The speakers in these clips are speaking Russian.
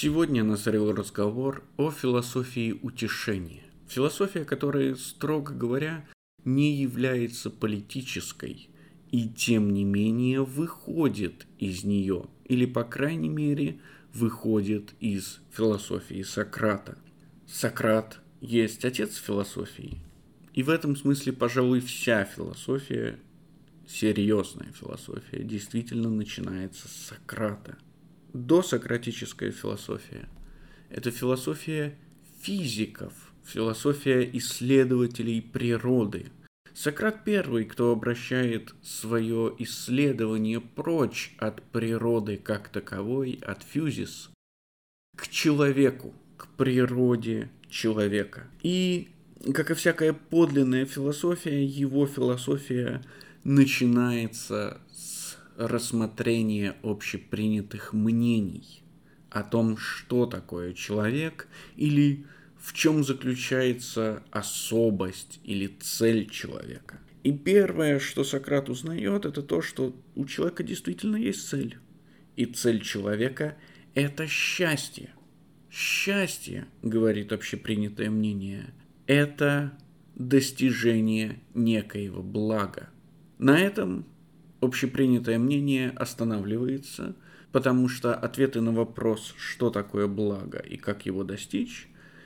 Сегодня назрел разговор о философии утешения. Философия, которая, строго говоря, не является политической и, тем не менее, выходит из нее, или, по крайней мере, выходит из философии Сократа. Сократ есть отец философии, и в этом смысле, пожалуй, вся философия, серьезная философия, действительно начинается с Сократа. Досократическая философия – это философия физиков, философия исследователей природы. Сократ первый, кто обращает свое исследование прочь от природы как таковой, от фьюзис, к человеку, к природе человека. И, как и всякая подлинная философия, его философия начинается с рассмотрения общепринятых мнений о том, что такое человек или в чем заключается особость или цель человека. И первое, что Сократ узнает, это то, что у человека действительно есть цель. И цель человека – это счастье. Счастье, говорит общепринятое мнение, это достижение некоего блага. На этом общепринятое мнение останавливается, потому что ответы на вопрос, что такое благо и как его достичь,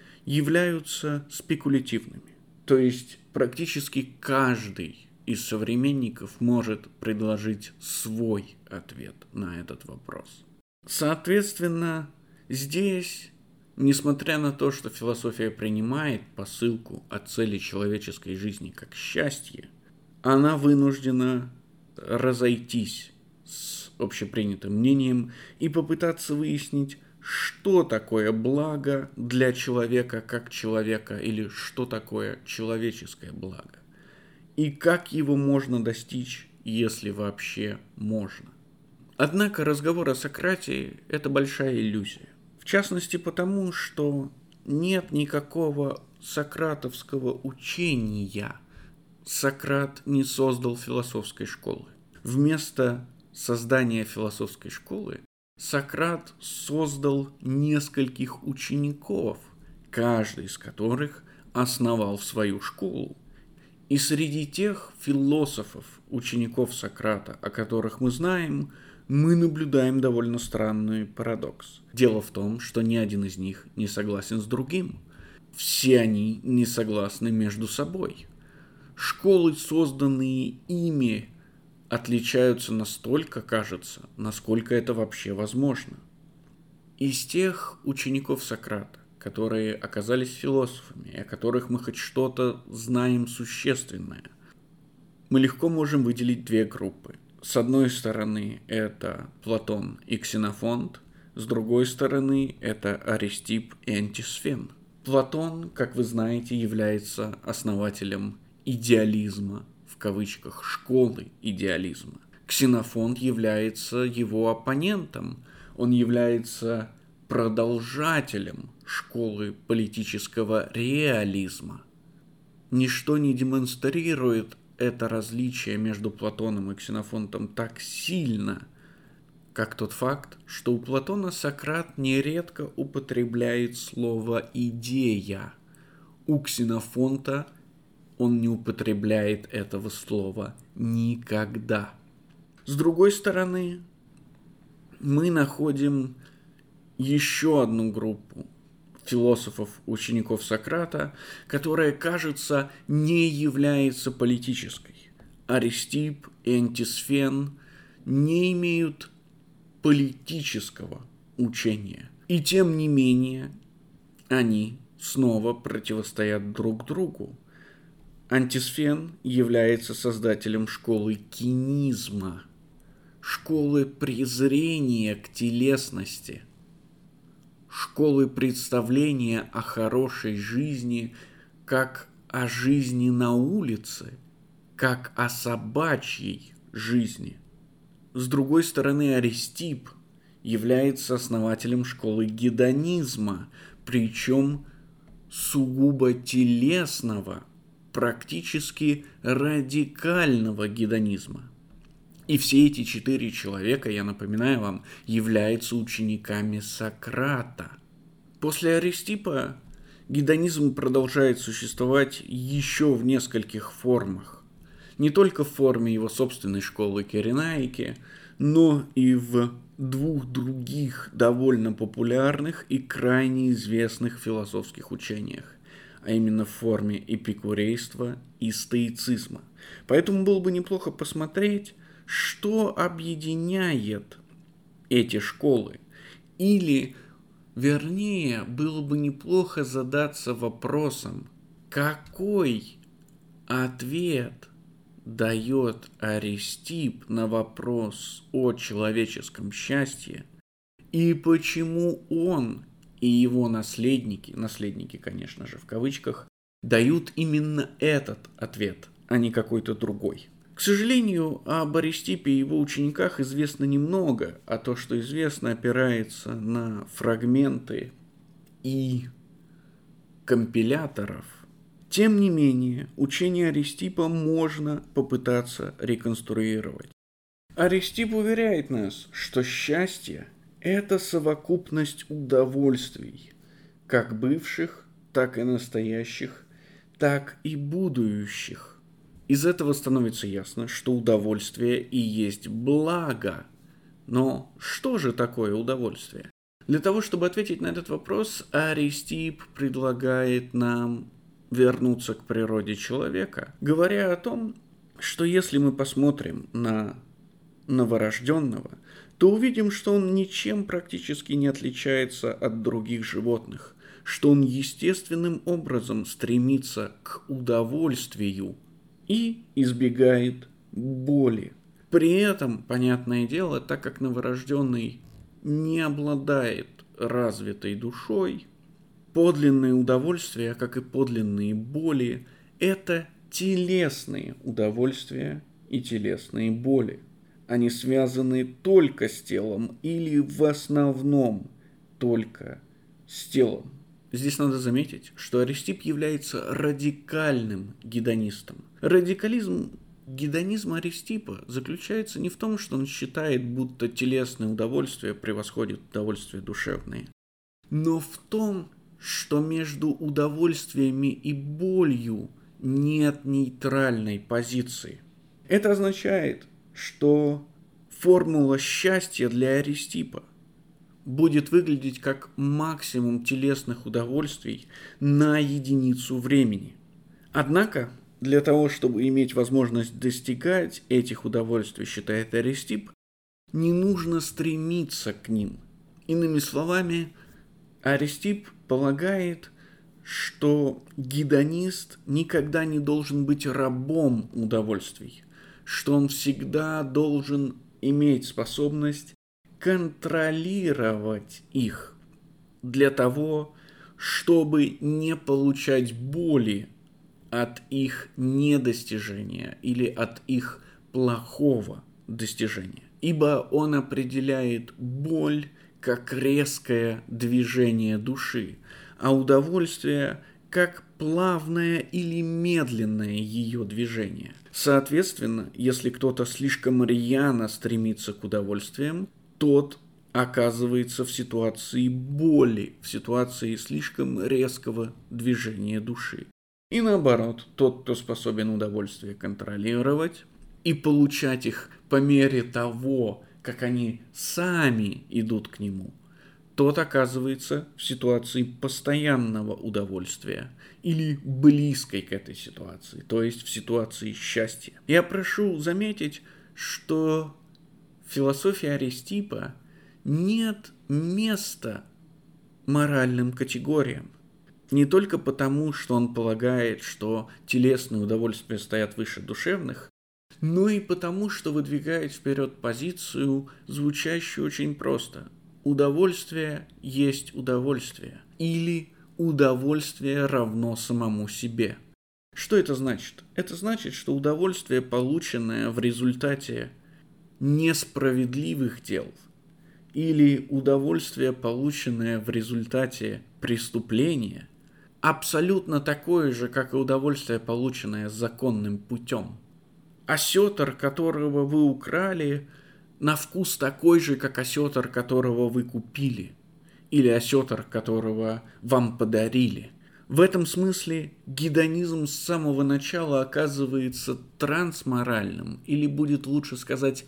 являются спекулятивными. То есть практически каждый из современников может предложить свой ответ на этот вопрос. Соответственно, здесь, несмотря на то, что философия принимает посылку о цели человеческой жизни как счастье, она вынуждена разойтись с общепринятым мнением и попытаться выяснить, что такое благо для человека как человека, или что такое человеческое благо, и как его можно достичь, если вообще можно. Однако разговор о Сократе – это большая иллюзия. В частности потому, что нет никакого сократовского учения. Сократ не создал философской школы. Вместо создания философской школы Сократ создал нескольких учеников, каждый из которых основал свою школу. И среди тех философов, учеников Сократа, о которых мы знаем, мы наблюдаем довольно странный парадокс. Дело в том, что ни один из них не согласен с другим. Все они не согласны между собой. Школы, созданные ими, отличаются настолько, кажется, насколько это вообще возможно. Из тех учеников Сократа, которые оказались философами, и о которых мы хоть что-то знаем существенное, мы легко можем выделить две группы. С одной стороны, это Платон и Ксенофонт, с другой стороны, это Аристипп и Антисфен. Платон, как вы знаете, является основателем идеализма, в кавычках, школы идеализма. Ксенофонт является его оппонентом, он является продолжателем школы политического реализма. Ничто не демонстрирует это различие между Платоном и Ксенофонтом так сильно, как тот факт, что у Платона Сократ нередко употребляет слово «идея». У Ксенофонта он не употребляет этого слова никогда. С другой стороны, мы находим еще одну группу философов, учеников Сократа, которая, кажется, не является политической. Аристипп и Антисфен не имеют политического учения. И тем не менее, они снова противостоят друг другу. Антисфен является создателем школы кинизма, школы презрения к телесности, школы представления о хорошей жизни как о жизни на улице, как о собачьей жизни. С другой стороны, Аристипп является основателем школы гедонизма, причем сугубо телесного, практически радикального гедонизма. И все эти 4 человека, я напоминаю вам, являются учениками Сократа. После Аристипа гедонизм продолжает существовать еще в нескольких формах. Не только в форме его собственной школы Киренаики, но и в 2 других довольно популярных и крайне известных философских учениях, а именно в форме эпикурейства и стоицизма. Поэтому было бы неплохо посмотреть, что объединяет эти школы. Или, вернее, было бы неплохо задаться вопросом, какой ответ дает Аристип на вопрос о человеческом счастье, и почему он и его наследники, конечно же, в кавычках, дают именно этот ответ, а не какой-то другой. К сожалению, об Аристипе и его учениках известно немного, а то, что известно, опирается на фрагменты и компиляторов. Тем не менее, учение Аристипа можно попытаться реконструировать. Аристип уверяет нас, что счастье – это совокупность удовольствий, как бывших, так и настоящих, так и будущих. Из этого становится ясно, что удовольствие и есть благо. Но что же такое удовольствие? Для того, чтобы ответить на этот вопрос, Аристип предлагает нам вернуться к природе человека, говоря о том, что если мы посмотрим на новорожденного, то увидим, что он ничем практически не отличается от других животных, что он естественным образом стремится к удовольствию и избегает боли. При этом, понятное дело, так как новорожденный не обладает развитой душой, подлинные удовольствия, как и подлинные боли, это телесные удовольствия и телесные боли. Они связаны только с телом или в основном только с телом. Здесь надо заметить, что Аристип является радикальным гедонистом. Гедонизм Аристипа заключается не в том, что он считает, будто телесные удовольствия превосходят удовольствия душевные, но в том, что между удовольствиями и болью нет нейтральной позиции. Это означает, что формула счастья для Аристипа будет выглядеть как максимум телесных удовольствий на единицу времени. Однако, для того, чтобы иметь возможность достигать этих удовольствий, считает Аристип, не нужно стремиться к ним. Иными словами, Аристип полагает, что гедонист никогда не должен быть рабом удовольствий, что он всегда должен иметь способность контролировать их для того, чтобы не получать боли от их недостижения или от их плохого достижения. Ибо он определяет боль как резкое движение души, а удовольствие как плавное или медленное ее движение. Соответственно, если кто-то слишком рьяно стремится к удовольствиям, тот оказывается в ситуации боли, в ситуации слишком резкого движения души. И наоборот, тот, кто способен удовольствие контролировать и получать их по мере того, как они сами идут к нему, тот оказывается в ситуации постоянного удовольствия или близкой к этой ситуации, то есть в ситуации счастья. Я прошу заметить, что в философии Аристипа нет места моральным категориям. Не только потому, что он полагает, что телесные удовольствия стоят выше душевных, но и потому, что выдвигает вперед позицию, звучащую очень просто. Удовольствие есть удовольствие. Или удовольствие равно самому себе. Что это значит? Это значит, что удовольствие, полученное в результате несправедливых дел, или удовольствие, полученное в результате преступления, абсолютно такое же, как и удовольствие, полученное законным путем. осетр, которого вы украли, на вкус такой же, как осетр, которого вы купили, или осетр, которого вам подарили. В этом смысле гедонизм с самого начала оказывается трансморальным, или будет лучше сказать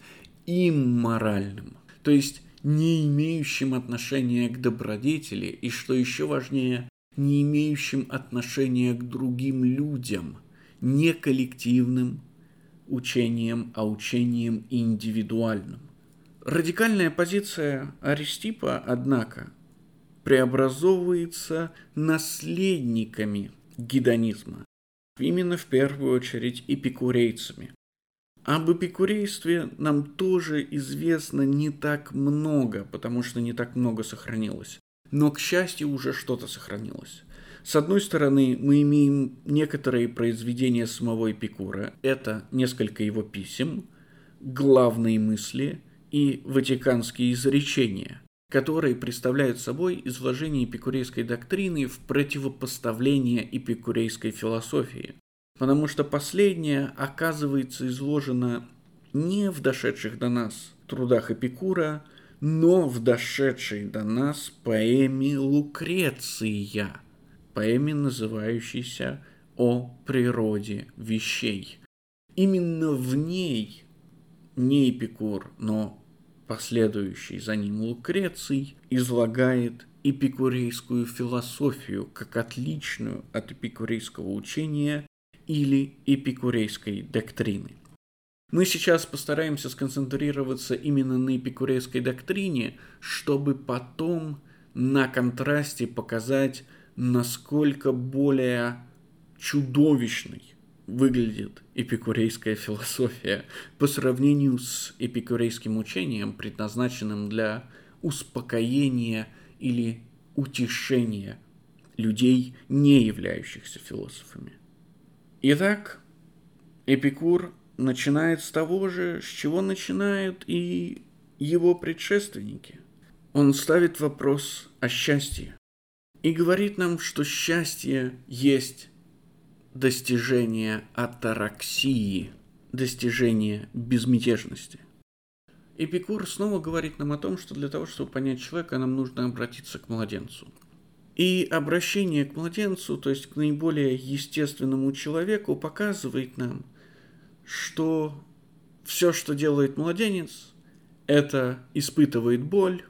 имморальным, то есть не имеющим отношения к добродетели и, что еще важнее, не имеющим отношения к другим людям, не коллективным учением, а учением индивидуальным. Радикальная позиция Аристиппа, однако, преобразовывается наследниками гедонизма, именно в первую очередь эпикурейцами. Об эпикурействе нам тоже известно не так много, потому что не так много сохранилось. Но, к счастью, уже что-то сохранилось. С одной стороны, мы имеем некоторые произведения самого Эпикура. Это несколько его писем, главные мысли и ватиканские изречения, которые представляют собой изложение эпикурейской доктрины в противопоставление эпикурейской философии. Потому что последняя оказывается изложена не в дошедших до нас трудах Эпикура, но в дошедшей до нас поэме Лукреция, поэме, называющейся «О природе вещей». Именно в ней не Эпикур, но последующий за ним Лукреций излагает эпикурейскую философию как отличную от эпикурейского учения или эпикурейской доктрины. Мы сейчас постараемся сконцентрироваться именно на эпикурейской доктрине, чтобы потом на контрасте показать, насколько более чудовищной выглядит эпикурейская философия по сравнению с эпикурейским учением, предназначенным для успокоения или утешения людей, не являющихся философами. Итак, Эпикур начинает с того же, с чего начинают и его предшественники. Он ставит вопрос о счастье и говорит нам, что счастье есть достижение атараксии, достижение безмятежности. Эпикур снова говорит нам о том, что для того, чтобы понять человека, нам нужно обратиться к младенцу. И обращение к младенцу, то есть к наиболее естественному человеку, показывает нам, что все, что делает младенец, это испытывает боль,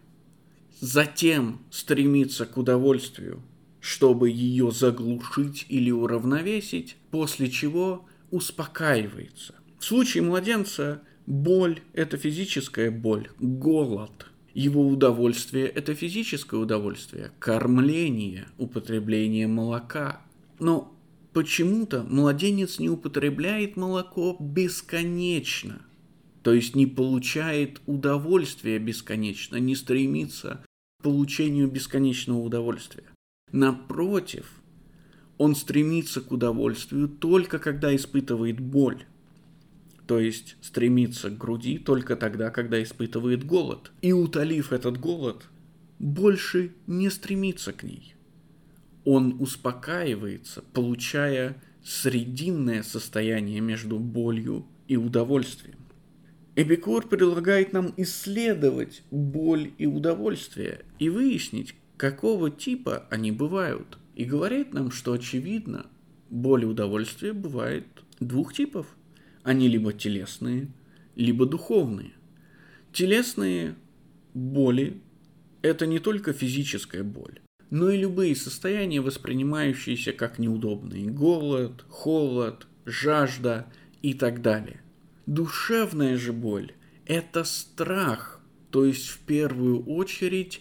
затем стремится к удовольствию, чтобы ее заглушить или уравновесить, после чего успокаивается. В случае младенца боль – это физическая боль, голод. Его удовольствие – это физическое удовольствие, кормление, употребление молока. Но почему-то младенец не употребляет молоко бесконечно, то есть не получает удовольствия бесконечно, не стремится к получению бесконечного удовольствия. Напротив, он стремится к удовольствию только когда испытывает боль. То есть стремится к груди только тогда, когда испытывает голод. И утолив этот голод, больше не стремится к ней. Он успокаивается, получая срединное состояние между болью и удовольствием. Эпикур предлагает нам исследовать боль и удовольствие и выяснить, какого типа они бывают. И говорит нам, что очевидно, боль и удовольствие бывает двух типов. Они либо телесные, либо духовные. Телесные боли – это не только физическая боль, но и любые состояния, воспринимающиеся как неудобные. Голод, холод, жажда и так далее. Душевная же боль – это страх, то есть в первую очередь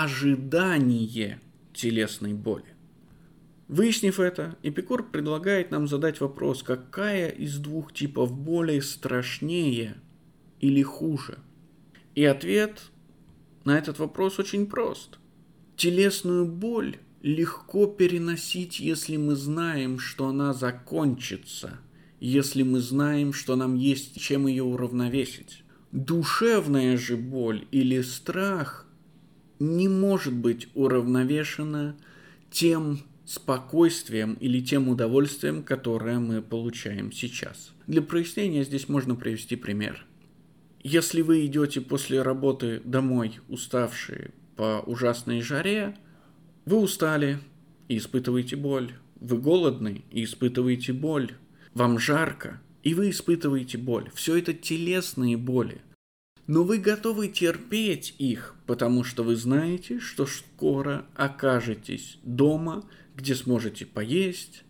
ожидание телесной боли. Выяснив это, Эпикур предлагает нам задать вопрос, какая из двух типов боли страшнее или хуже. И ответ на этот вопрос очень прост. Телесную боль легко переносить, если мы знаем, что она закончится, если мы знаем, что нам есть чем ее уравновесить. Душевная же боль или страх не может быть уравновешена тем спокойствием или тем удовольствием, которое мы получаем сейчас. Для прояснения здесь можно привести пример. Если вы идете после работы домой, уставшие по ужасной жаре, вы устали и испытываете боль. Вы голодны и испытываете боль. Вам жарко, и вы испытываете боль. Все это телесные боли. Но вы готовы терпеть их, потому что вы знаете, что скоро окажетесь дома, где сможете поесть,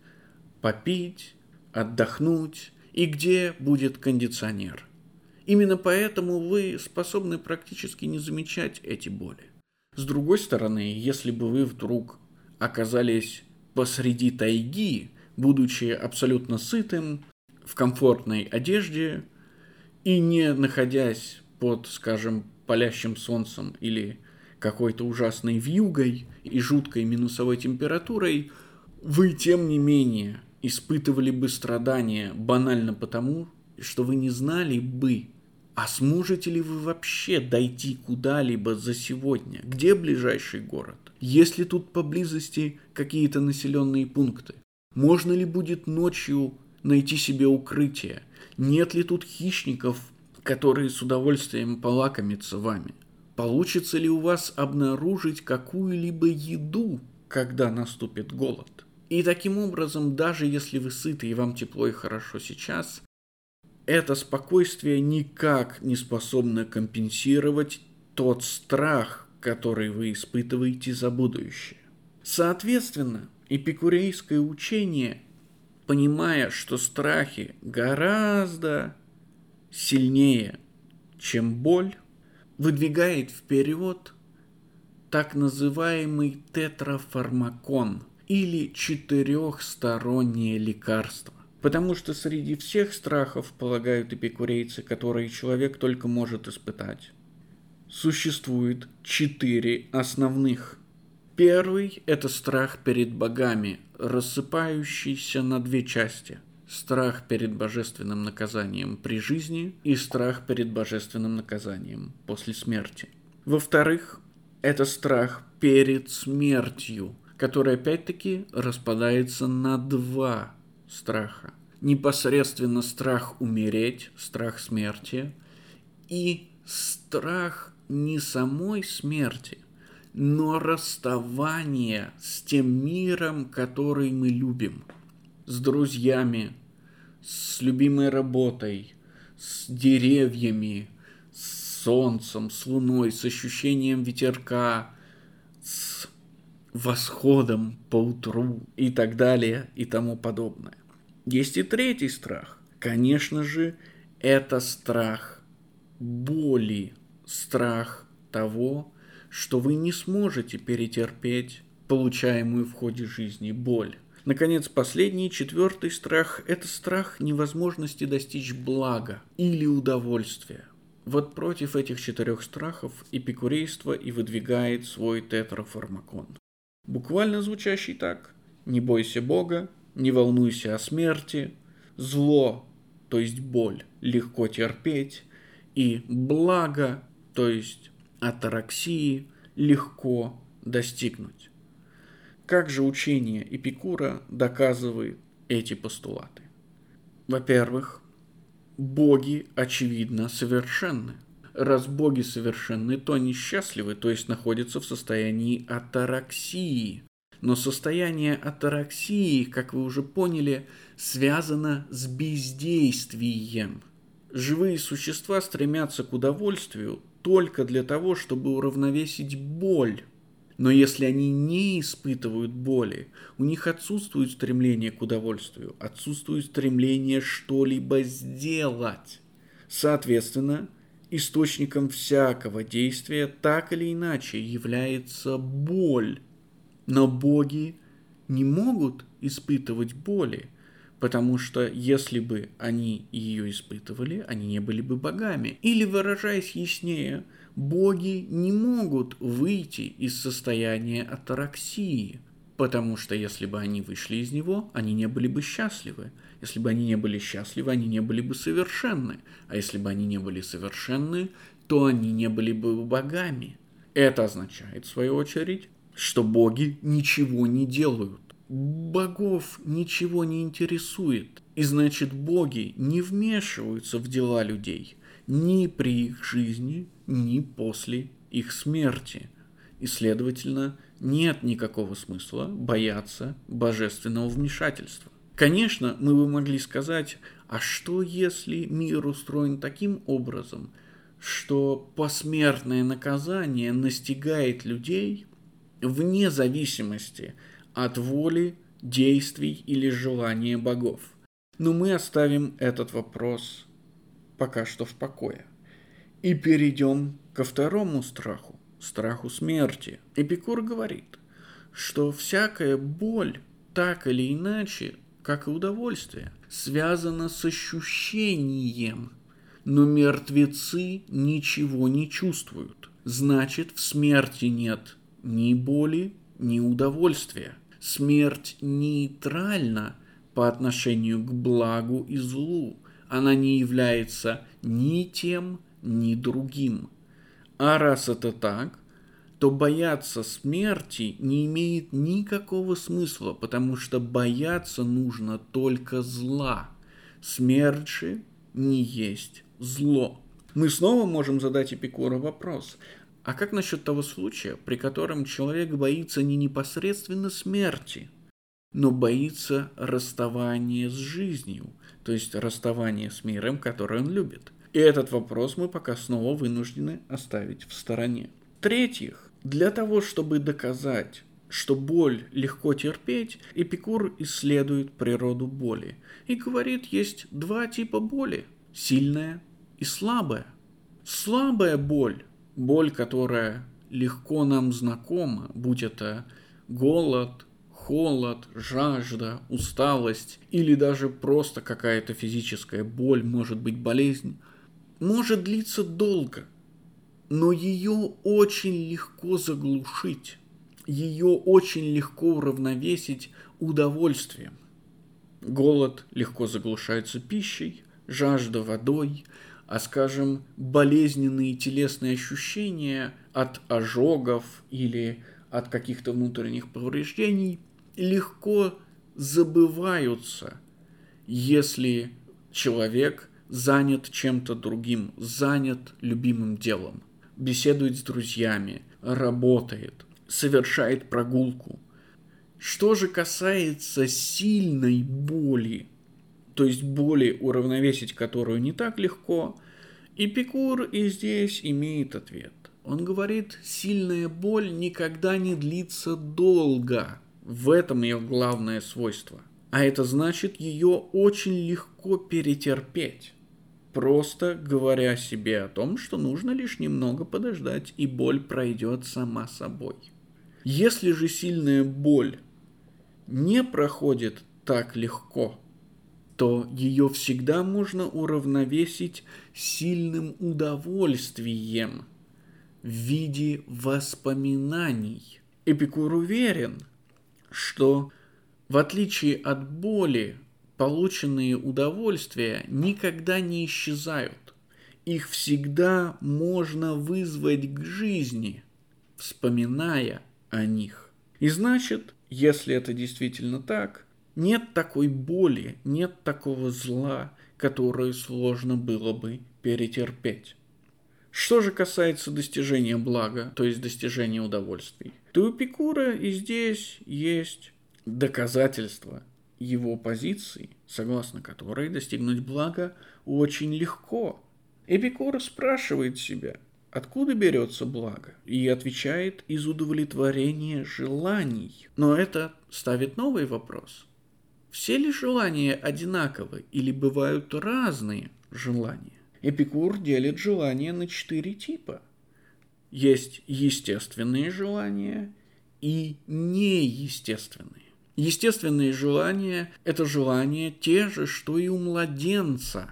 попить, отдохнуть и где будет кондиционер. Именно поэтому вы способны практически не замечать эти боли. С другой стороны, если бы вы вдруг оказались посреди тайги, будучи абсолютно сытым, в комфортной одежде и не находясь под, скажем, палящим солнцем или какой-то ужасной вьюгой и жуткой минусовой температурой, вы, тем не менее, испытывали бы страдания банально потому, что вы не знали бы, а сможете ли вы вообще дойти куда-либо за сегодня? Где ближайший город? Есть ли тут поблизости какие-то населенные пункты? Можно ли будет ночью найти себе укрытие? Нет ли тут хищников, которые с удовольствием полакомятся вами? Получится ли у вас обнаружить какую-либо еду, когда наступит голод? И таким образом, даже если вы сыты и вам тепло и хорошо сейчас, это спокойствие никак не способно компенсировать тот страх, который вы испытываете за будущее. Соответственно, эпикурейское учение, понимая, что страхи гораздо сильнее, чем боль, выдвигает вперед так называемый тетрафармакон или четырехстороннее лекарство. Потому что среди всех страхов, полагают эпикурейцы, которые человек только может испытать, существует 4 основных. Первый – это страх перед богами, рассыпающийся на 2 части. Страх перед божественным наказанием при жизни и страх перед божественным наказанием после смерти. Во-вторых, это страх перед смертью, который опять-таки распадается на 2 страха. Непосредственно страх умереть, страх смерти и страх не самой смерти, но расставания с тем миром, который мы любим, с друзьями, с любимой работой, с деревьями, с солнцем, с луной, с ощущением ветерка, с восходом поутру и так далее и тому подобное. Есть и третий страх. Конечно же, это страх боли, страх того, что вы не сможете перетерпеть получаемую в ходе жизни боль. Наконец, последний, 4-й страх – это страх невозможности достичь блага или удовольствия. Вот против этих 4 страхов эпикурейство и выдвигает свой тетрафармакон. Буквально звучащий так: не бойся Бога, не волнуйся о смерти, зло, то есть боль, легко терпеть, и благо, то есть атараксии, легко достигнуть. Как же учение Эпикура доказывает эти постулаты? Во-первых, боги, очевидно, совершенны. Раз боги совершенны, то они счастливы, то есть находятся в состоянии атараксии. Но состояние атараксии, как вы уже поняли, связано с бездействием. Живые существа стремятся к удовольствию только для того, чтобы уравновесить боль. Но если они не испытывают боли, у них отсутствует стремление к удовольствию, отсутствует стремление что-либо сделать. Соответственно, источником всякого действия так или иначе является боль. Но боги не могут испытывать боли, потому что если бы они ее испытывали, они не были бы богами. Или, выражаясь яснее, боги не могут выйти из состояния атараксии, потому что если бы они вышли из него, они не были бы счастливы. Если бы они не были счастливы, они не были бы совершенны. А если бы они не были совершенны, то они не были бы богами. Это означает, в свою очередь, что боги ничего не делают. Богов ничего не интересует, и значит боги не вмешиваются в дела людей ни при их жизни, ни после их смерти. И, следовательно, нет никакого смысла бояться божественного вмешательства. Конечно, мы бы могли сказать, а что если мир устроен таким образом, что посмертное наказание настигает людей вне зависимости от воли, действий или желания богов? Но мы оставим этот вопрос пока что в покое и перейдем ко второму страху, страху смерти. Эпикур говорит, что всякая боль, так или иначе, как и удовольствие, связана с ощущением, но мертвецы ничего не чувствуют. Значит, в смерти нет ни боли, ни удовольствия. Смерть нейтральна по отношению к благу и злу. Она не является ни тем, ни другим. А раз это так, то бояться смерти не имеет никакого смысла, потому что бояться нужно только зла. Смерть же не есть зло. Мы снова можем задать Эпикуру вопрос, а как насчет того случая, при котором человек боится не непосредственно смерти, но боится расставания с жизнью, то есть расставания с миром, который он любит? И этот вопрос мы пока снова вынуждены оставить в стороне. В-третьих, для того, чтобы доказать, что боль легко терпеть, Эпикур исследует природу боли и говорит, есть два типа боли – сильная и слабая. Слабая боль, боль, которая легко нам знакома, будь это голод, холод, жажда, усталость или даже просто какая-то физическая боль, может быть болезнь, может длиться долго, но ее очень легко заглушить, ее очень легко уравновесить удовольствием. Голод легко заглушается пищей, жажда водой, а, скажем, болезненные телесные ощущения от ожогов или от каких-то внутренних повреждений легко забываются, если человек занят чем-то другим, занят любимым делом, беседует с друзьями, работает, совершает прогулку. Что же касается сильной боли, то есть боли, уравновесить которую не так легко, Эпикур и здесь имеет ответ. Он говорит, сильная боль никогда не длится долго. В этом ее главное свойство. А это значит, ее очень легко перетерпеть. Просто говоря себе о том, что нужно лишь немного подождать, и боль пройдет сама собой. Если же сильная боль не проходит так легко, то ее всегда можно уравновесить сильным удовольствием в виде воспоминаний. Эпикур уверен, что в отличие от боли, полученные удовольствия никогда не исчезают. Их всегда можно вызвать к жизни, вспоминая о них. И значит, если это действительно так, нет такой боли, нет такого зла, которое сложно было бы перетерпеть. Что же касается достижения блага, то есть достижения удовольствий, то у Эпикура и здесь есть доказательство его позиции, согласно которой достигнуть блага очень легко. Эпикур спрашивает себя, откуда берется благо, и отвечает из удовлетворения желаний. Но это ставит новый вопрос. Все ли желания одинаковы или бывают разные желания? Эпикур делит желания на 4 типа. Есть естественные желания и неестественные. Естественные желания – это желания те же, что и у младенца.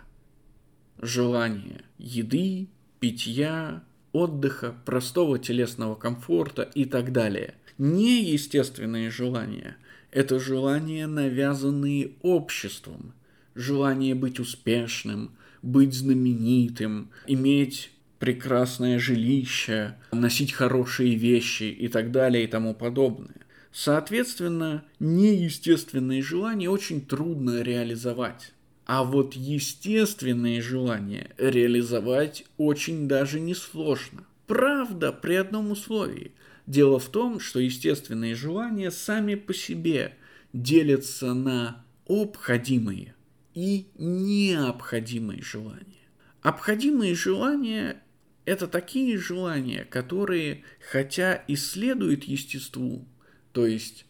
Желания еды, питья, отдыха, простого телесного комфорта и так далее. Неестественные желания – это желания, навязанные обществом. Желание быть успешным, быть знаменитым, иметь прекрасное жилище, носить хорошие вещи и так далее и тому подобное. Соответственно, неестественные желания очень трудно реализовать. А вот естественные желания реализовать очень даже несложно. Правда, при одном условии. Дело в том, что естественные желания сами по себе делятся на обходимые и необходимые желания. Обходимые желания – это такие желания, которые, хотя и следуют естеству, то есть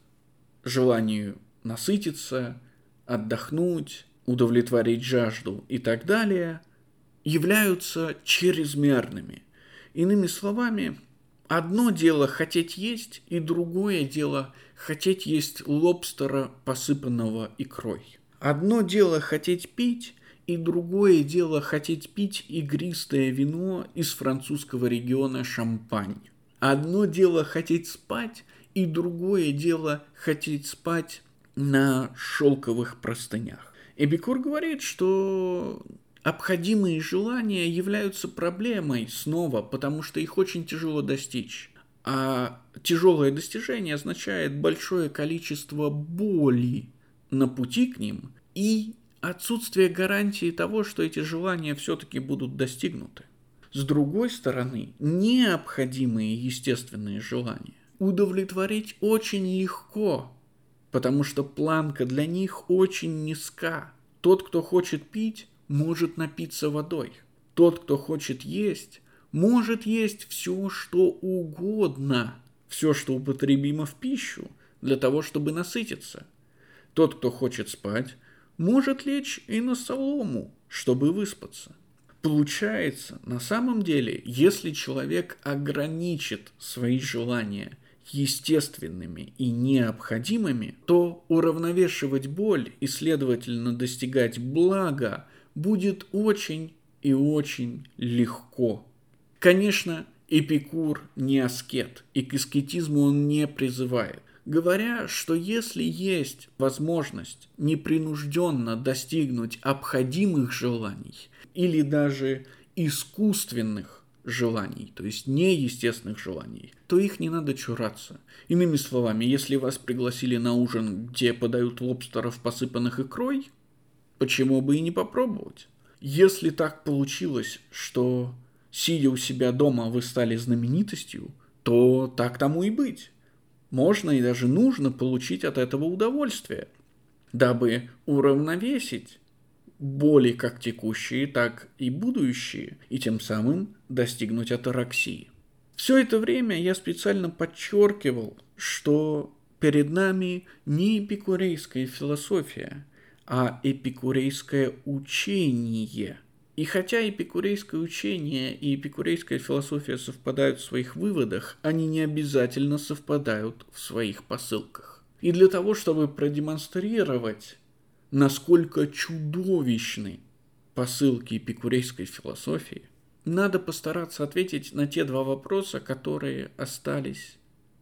желанию насытиться, отдохнуть, удовлетворить жажду и так далее, являются чрезмерными. Иными словами, одно дело хотеть есть, и другое дело хотеть есть лобстера, посыпанного икрой. Одно дело хотеть пить, и другое дело хотеть пить игристое вино из французского региона Шампань. Одно дело хотеть спать, и другое дело хотеть спать на шелковых простынях. Эпикур говорит, что обходимые желания являются проблемой снова, потому что их очень тяжело достичь. А тяжелое достижение означает большое количество боли на пути к ним и отсутствие гарантии того, что эти желания все-таки будут достигнуты. С другой стороны, необходимые естественные желания удовлетворить очень легко, потому что планка для них очень низка. Тот, кто хочет пить, может напиться водой. Тот, кто хочет есть, может есть все, что угодно, все, что употребимо в пищу, для того, чтобы насытиться. Тот, кто хочет спать, может лечь и на солому, чтобы выспаться. Получается, на самом деле, если человек ограничит свои желания естественными и необходимыми, то уравновешивать боль и, следовательно, достигать блага будет очень и очень легко. Конечно, Эпикур не аскет, и к аскетизму он не призывает, говоря, что если есть возможность непринужденно достигнуть обходимых желаний или даже искусственных желаний, то есть неестественных желаний, то их не надо чураться. Иными словами, если вас пригласили на ужин, где подают лобстеров, посыпанных икрой, почему бы и не попробовать? Если так получилось, что, сидя у себя дома, вы стали знаменитостью, то так тому и быть. Можно и даже нужно получить от этого удовольствие, дабы уравновесить боли как текущие, так и будущие, и тем самым достигнуть атараксии. Все это время я специально подчеркивал, что перед нами не эпикурейская философия, а эпикурейское учение. И хотя эпикурейское учение и эпикурейская философия совпадают в своих выводах, они не обязательно совпадают в своих посылках. И для того, чтобы продемонстрировать, насколько чудовищны посылки эпикурейской философии, надо постараться ответить на те два вопроса, которые остались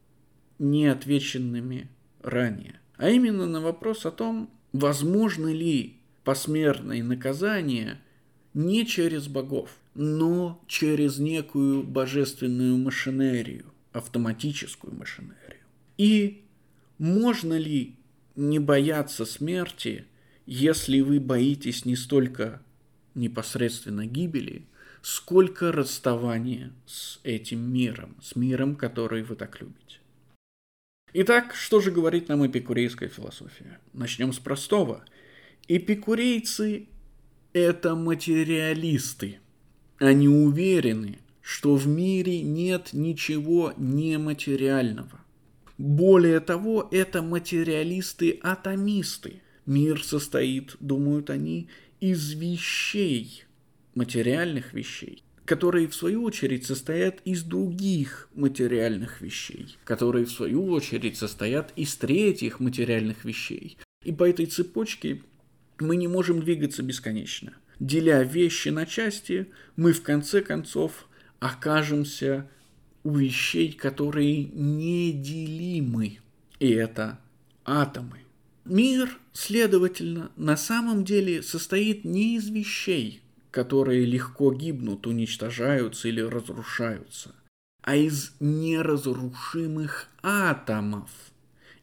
неотвеченными ранее. А именно на вопрос о том, возможно ли посмертное наказание не через богов, но через некую божественную машинерию, автоматическую машинерию. И можно ли не бояться смерти, если вы боитесь не столько непосредственно гибели, сколько расставания с этим миром, с миром, который вы так любите. Итак, что же говорит нам эпикурейская философия? Начнем с простого. Эпикурейцы – это материалисты. Они уверены, что в мире нет ничего нематериального. Более того, это материалисты-атомисты. Мир состоит, думают они, из вещей, материальных вещей, которые в свою очередь состоят из других материальных вещей, которые в свою очередь состоят из третьих материальных вещей. И по этой цепочке мы не можем двигаться бесконечно. Деля вещи на части, мы в конце концов окажемся у вещей, которые неделимы, и это атомы. Мир, следовательно, на самом деле состоит не из вещей, которые легко гибнут, уничтожаются или разрушаются, а из неразрушимых атомов.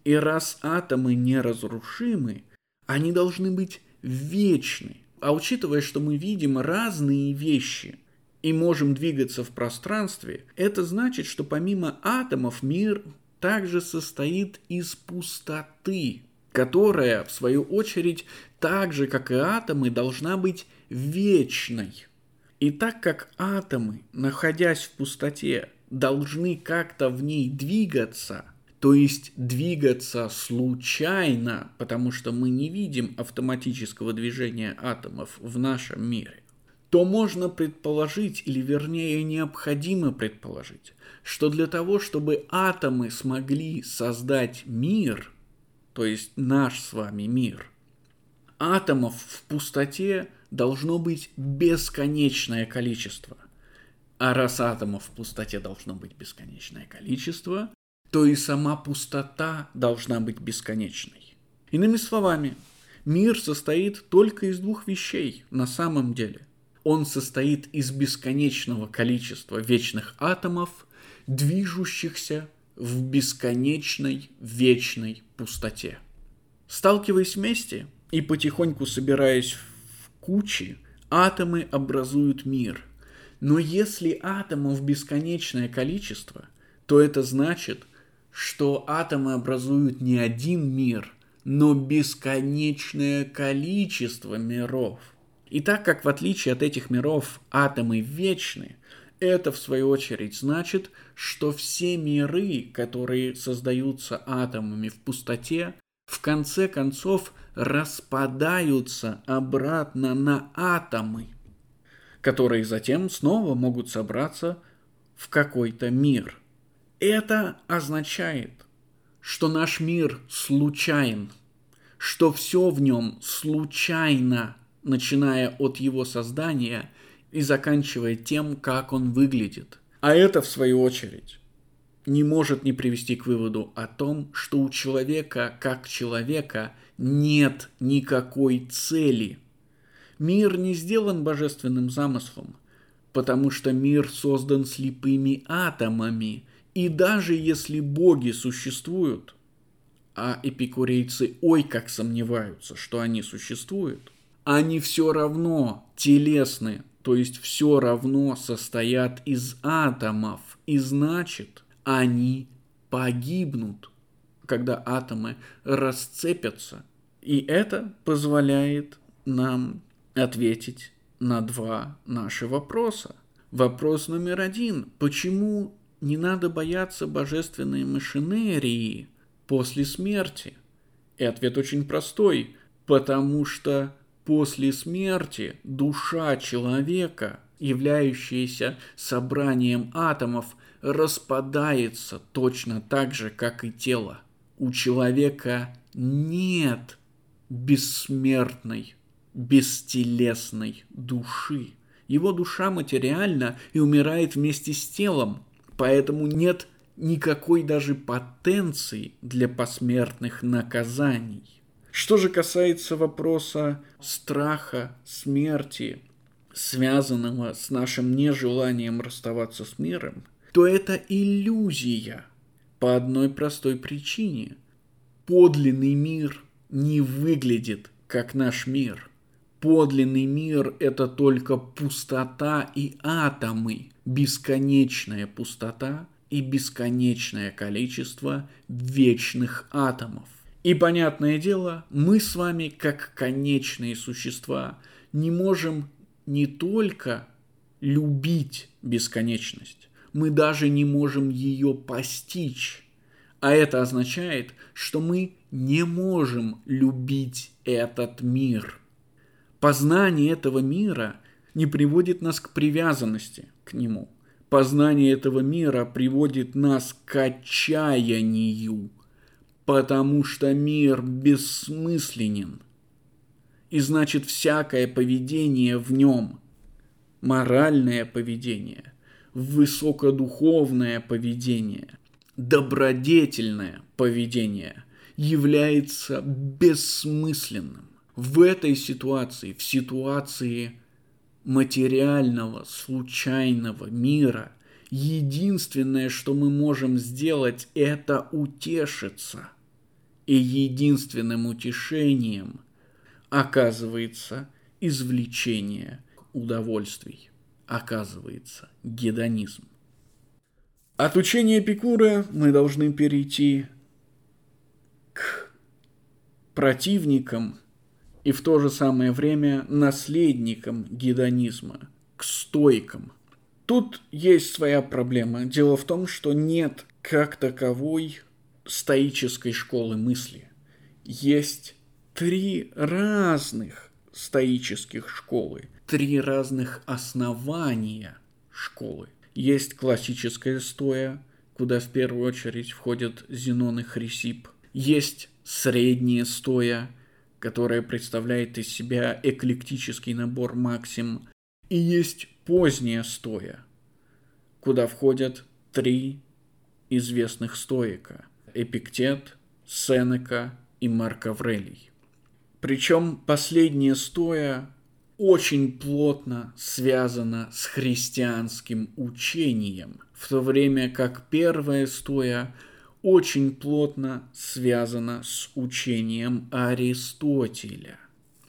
И раз атомы неразрушимы, они должны быть вечны. А учитывая, что мы видим разные вещи и можем двигаться в пространстве, это значит, что помимо атомов мир также состоит из пустоты, которая, в свою очередь, так же, как и атомы, должна быть вечной. И так как атомы, находясь в пустоте, должны как-то в ней двигаться, то есть двигаться случайно, потому что мы не видим автоматического движения атомов в нашем мире, то можно предположить, или вернее необходимо предположить, что для того, чтобы атомы смогли создать мир, то есть наш с вами мир, атомов в пустоте должно быть бесконечное количество. А раз атомов в пустоте должно быть бесконечное количество, то и сама пустота должна быть бесконечной. Иными словами, мир состоит только из двух вещей на самом деле. Он состоит из бесконечного количества вечных атомов, движущихся в бесконечной вечной пустоте. Сталкиваясь вместе и потихоньку собираясь в кучи, атомы образуют мир. Но если атомов бесконечное количество, то это значит, что атомы образуют не один мир, но бесконечное количество миров. И так как в отличие от этих миров атомы вечны, это в свою очередь значит, что все миры, которые создаются атомами в пустоте, в конце концов распадаются обратно на атомы, которые затем снова могут собраться в какой-то мир. Это означает, что наш мир случайен, что все в нем случайно, начиная от его создания и заканчивая тем, как он выглядит. А это, в свою очередь, не может не привести к выводу о том, что у человека, как человека, нет никакой цели. Мир не сделан божественным замыслом, потому что мир создан слепыми атомами. И даже если боги существуют, а эпикурейцы ой как сомневаются, что они существуют, они все равно телесны, то есть все равно состоят из атомов. И значит, они погибнут, когда атомы расцепятся. И это позволяет нам ответить на два наши вопроса. Вопрос номер один. Почему не надо бояться божественной машинерии после смерти? И ответ очень простой. Потому что после смерти душа человека, являющаяся собранием атомов, распадается точно так же, как и тело. У человека нет бессмертной, бестелесной души. Его душа материальна и умирает вместе с телом, поэтому нет никакой даже потенции для посмертных наказаний. Что же касается вопроса страха смерти, связанного с нашим нежеланием расставаться с миром, то это иллюзия по одной простой причине. Подлинный мир не выглядит как наш мир. Подлинный мир – это только пустота и атомы, бесконечная пустота и бесконечное количество вечных атомов. И, понятное дело, мы с вами, как конечные существа, не можем не только любить бесконечность, мы даже не можем ее постичь. А это означает, что мы не можем любить этот мир. Познание этого мира не приводит нас к привязанности к нему. Познание этого мира приводит нас к отчаянию, потому что мир бессмысленен. И значит, всякое поведение в нем, моральное поведение, высокодуховное поведение, добродетельное поведение является бессмысленным. В этой ситуации, в ситуации материального, случайного мира, единственное, что мы можем сделать, это утешиться. и единственным утешением оказывается извлечение удовольствий, оказывается гедонизм. От учения Эпикура мы должны перейти к противникам и в то же самое время наследникам гедонизма, к стоикам. Тут есть своя проблема. Дело в том, что нет как таковой стоической школы мысли. Есть 3 разных стоических школы, 3 разных основания школы. Есть классическая стоя, куда в первую очередь входят Зенон и Хрисип. Есть средняя стоя, которая представляет из себя эклектический набор максим. И есть поздняя стоя, куда входят 3 известных стоика – Эпиктет, Сенека и Марк Аврелий. Причем последняя стоя очень плотно связана с христианским учением, в то время как первая стоя очень плотно связана с учением Аристотеля.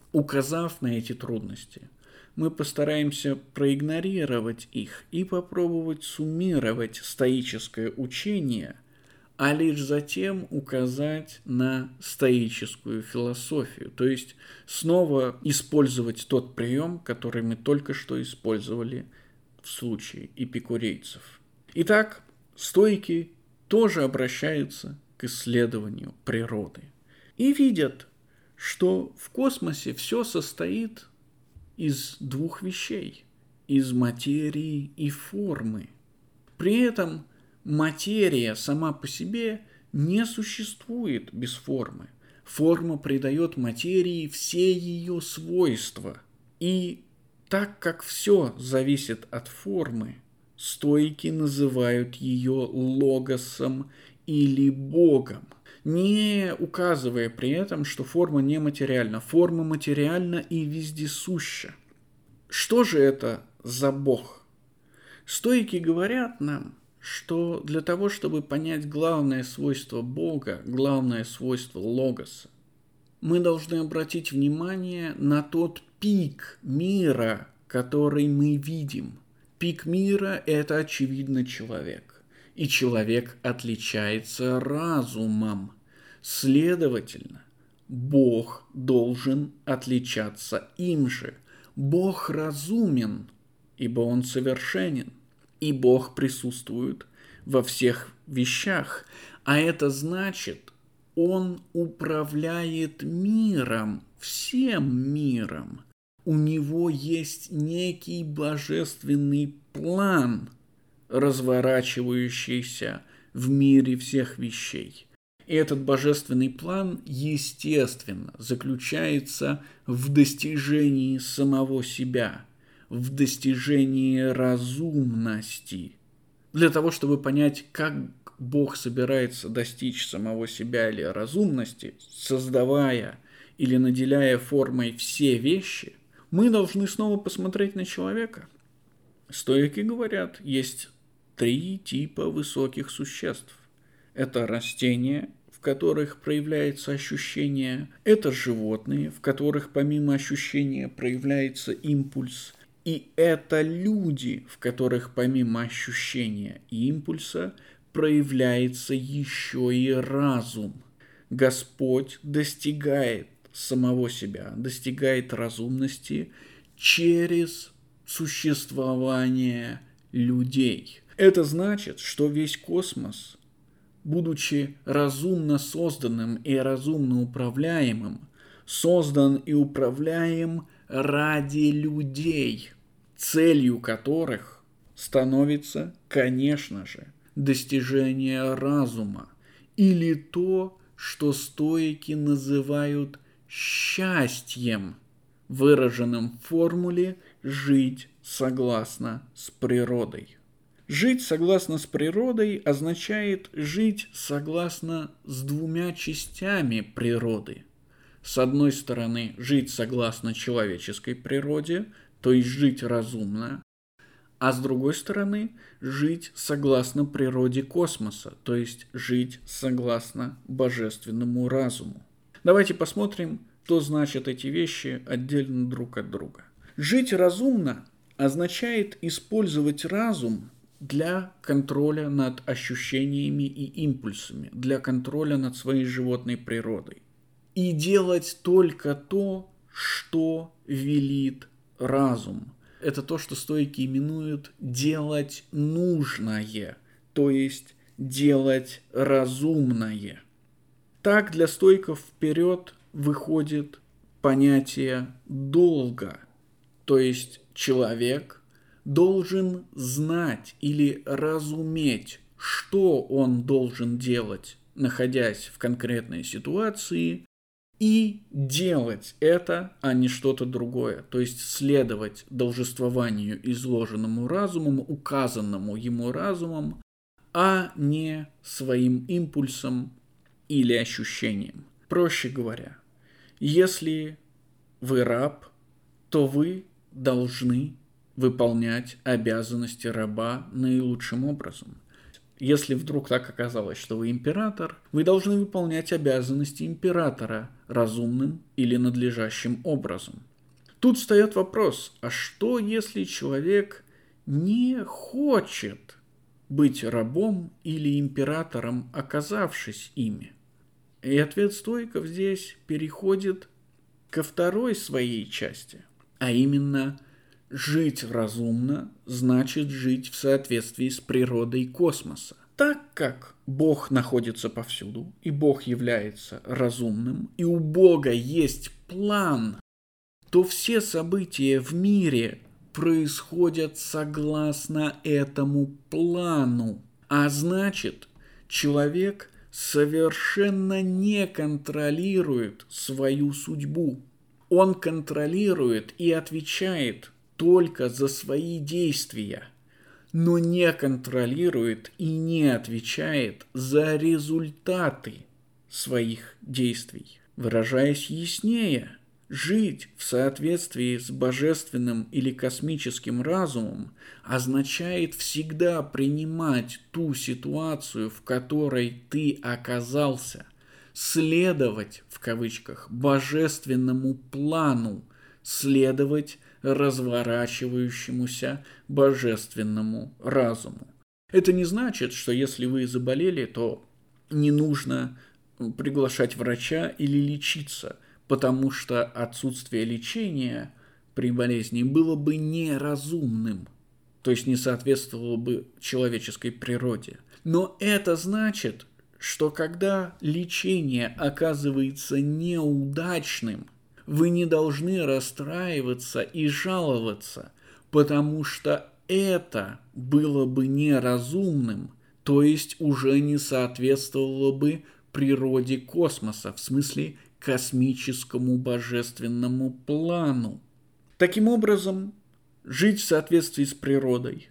Указав на эти трудности, мы постараемся проигнорировать их и попробовать суммировать стоическое учение, а лишь затем указать на стоическую философию, то есть снова использовать тот прием, который мы только что использовали в случае эпикурейцев. Итак, стоики тоже обращаются к исследованию природы и видят, что в космосе все состоит из 2 вещей – из материи и формы. При этом материя сама по себе не существует без формы. Форма придает материи все ее свойства. И так как все зависит от формы, стоики называют ее логосом или богом, не указывая при этом, что форма нематериальна. Форма материальна и вездесуща. Что же это за бог? Стоики говорят нам, что для того, чтобы понять главное свойство Бога, главное свойство логоса, мы должны обратить внимание на тот пик мира, который мы видим. Пик мира – это, очевидно, человек. И человек отличается разумом. Следовательно, Бог должен отличаться им же. Бог разумен, ибо Он совершенен. И Бог присутствует во всех вещах. А это значит, Он управляет миром, всем миром. У Него есть некий божественный план, разворачивающийся в мире всех вещей. И этот божественный план, естественно, заключается в достижении самого себя, в достижении разумности. Для того, чтобы понять, как Бог собирается достичь самого себя или разумности, создавая или наделяя формой все вещи, мы должны снова посмотреть на человека. Стоики говорят, есть 3 типа высоких существ. Это растения, в которых проявляется ощущение, это животные, в которых помимо ощущения проявляется импульс, и это люди, в которых помимо ощущения и импульса проявляется еще и разум. Господь достигает самого себя, достигает разумности через существование людей. Это значит, что весь космос, будучи разумно созданным и разумно управляемым, создан и управляем ради людей, целью которых становится, конечно же, достижение разума или то, что стоики называют счастьем, выраженным в формуле «жить согласно с природой». Жить согласно с природой означает жить согласно с 2 частями природы. С одной стороны, жить согласно человеческой природе, то есть жить разумно, а с другой стороны жить согласно природе космоса, то есть жить согласно божественному разуму. Давайте посмотрим, что значат эти вещи отдельно друг от друга. Жить разумно означает использовать разум для контроля над ощущениями и импульсами, для контроля над своей животной природой. И делать только то, что велит разум. Это то, что стоики именуют делать нужное, то есть делать разумное. Так для стоиков вперед выходит понятие долга, то есть человек должен знать или разуметь, что он должен делать, находясь в конкретной ситуации, и делать это, а не что-то другое, то есть следовать должествованию, изложенному разумом, указанному ему разумом, а не своим импульсом или ощущением. Проще говоря, если вы раб, то вы должны выполнять обязанности раба наилучшим образом. Если вдруг так оказалось, что вы император, вы должны выполнять обязанности императора разумным или надлежащим образом. Тут встает вопрос, а что если человек не хочет быть рабом или императором, оказавшись ими? И ответ стоиков здесь переходит ко второй своей части, а именно жить разумно значит жить в соответствии с природой космоса. Так как Бог находится повсюду, и Бог является разумным, и у Бога есть план, то все события в мире происходят согласно этому плану. А значит, человек совершенно не контролирует свою судьбу. Он контролирует и отвечает только за свои действия, но не контролирует и не отвечает за результаты своих действий. Выражаясь яснее, жить в соответствии с божественным или космическим разумом означает всегда принимать ту ситуацию, в которой ты оказался, следовать, в кавычках, божественному плану, следовать разворачивающемуся божественному разуму. Это не значит, что если вы заболели, то не нужно приглашать врача или лечиться, потому что отсутствие лечения при болезни было бы неразумным, то есть не соответствовало бы человеческой природе. Но это значит, что когда лечение оказывается неудачным, вы не должны расстраиваться и жаловаться, потому что это было бы неразумным, то есть уже не соответствовало бы природе космоса, в смысле космическому божественному плану. Таким образом, жить в соответствии с природой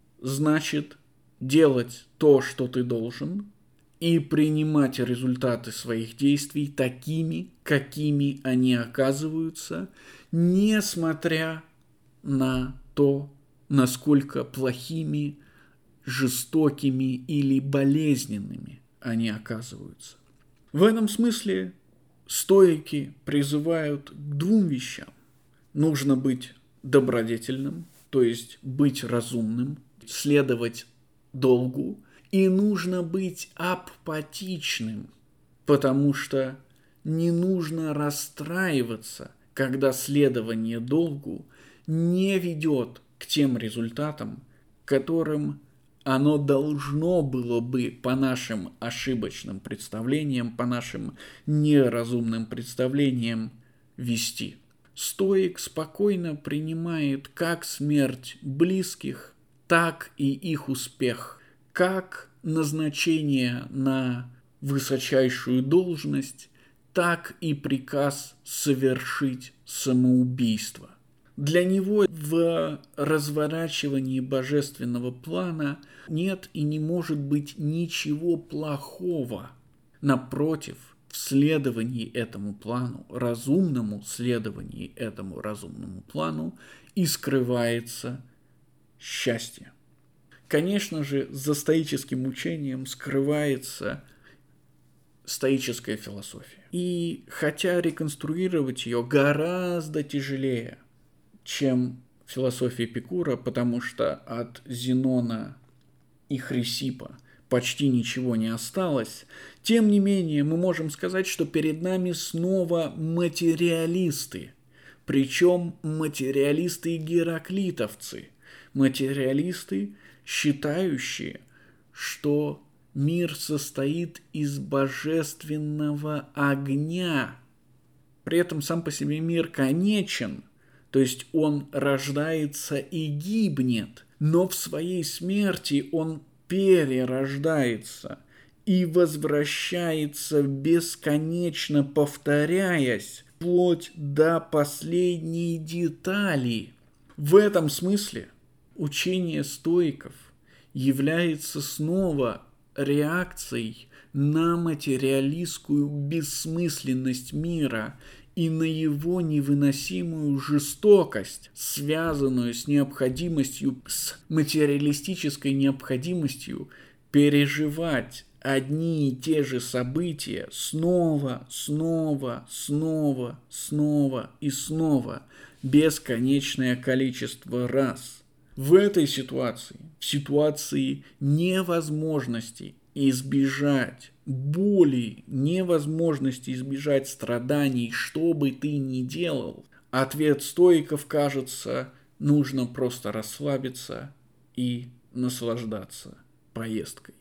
значит делать то, что ты должен, и принимать результаты своих действий такими, какими они оказываются, несмотря на то, насколько плохими, жестокими или болезненными они оказываются. В этом смысле стоики призывают к двум вещам. Нужно быть добродетельным, то есть быть разумным, следовать долгу, и нужно быть апатичным, потому что не нужно расстраиваться, когда следование долгу не ведет к тем результатам, которым оно должно было бы по нашим ошибочным представлениям, по нашим неразумным представлениям вести. Стоик спокойно принимает как смерть близких, так и их успех, как назначение на высочайшую должность, так и приказ совершить самоубийство. Для него в разворачивании божественного плана нет и не может быть ничего плохого. Напротив, в следовании этому плану, разумному следовании этому разумному плану и скрывается счастье. Конечно же, за стоическим учением скрывается стоическая философия. И хотя реконструировать ее гораздо тяжелее, чем философия Эпикура, потому что от Зенона и Хрисиппа почти ничего не осталось, тем не менее мы можем сказать, что перед нами снова материалисты, причем материалисты-гераклитовцы, материалисты, считающие, что мир состоит из божественного огня. При этом сам по себе мир конечен, то есть он рождается и гибнет, но в своей смерти он перерождается и возвращается бесконечно, повторяясь, вплоть до последней детали. В этом смысле учение стоиков является снова реакцией на материалистскую бессмысленность мира и на его невыносимую жестокость, связанную с необходимостью, с материалистической необходимостью переживать одни и те же события снова и снова, бесконечное количество раз. В этой ситуации, в ситуации невозможности избежать боли, невозможности избежать страданий, что бы ты ни делал, ответ стоиков, кажется, нужно просто расслабиться и наслаждаться поездкой.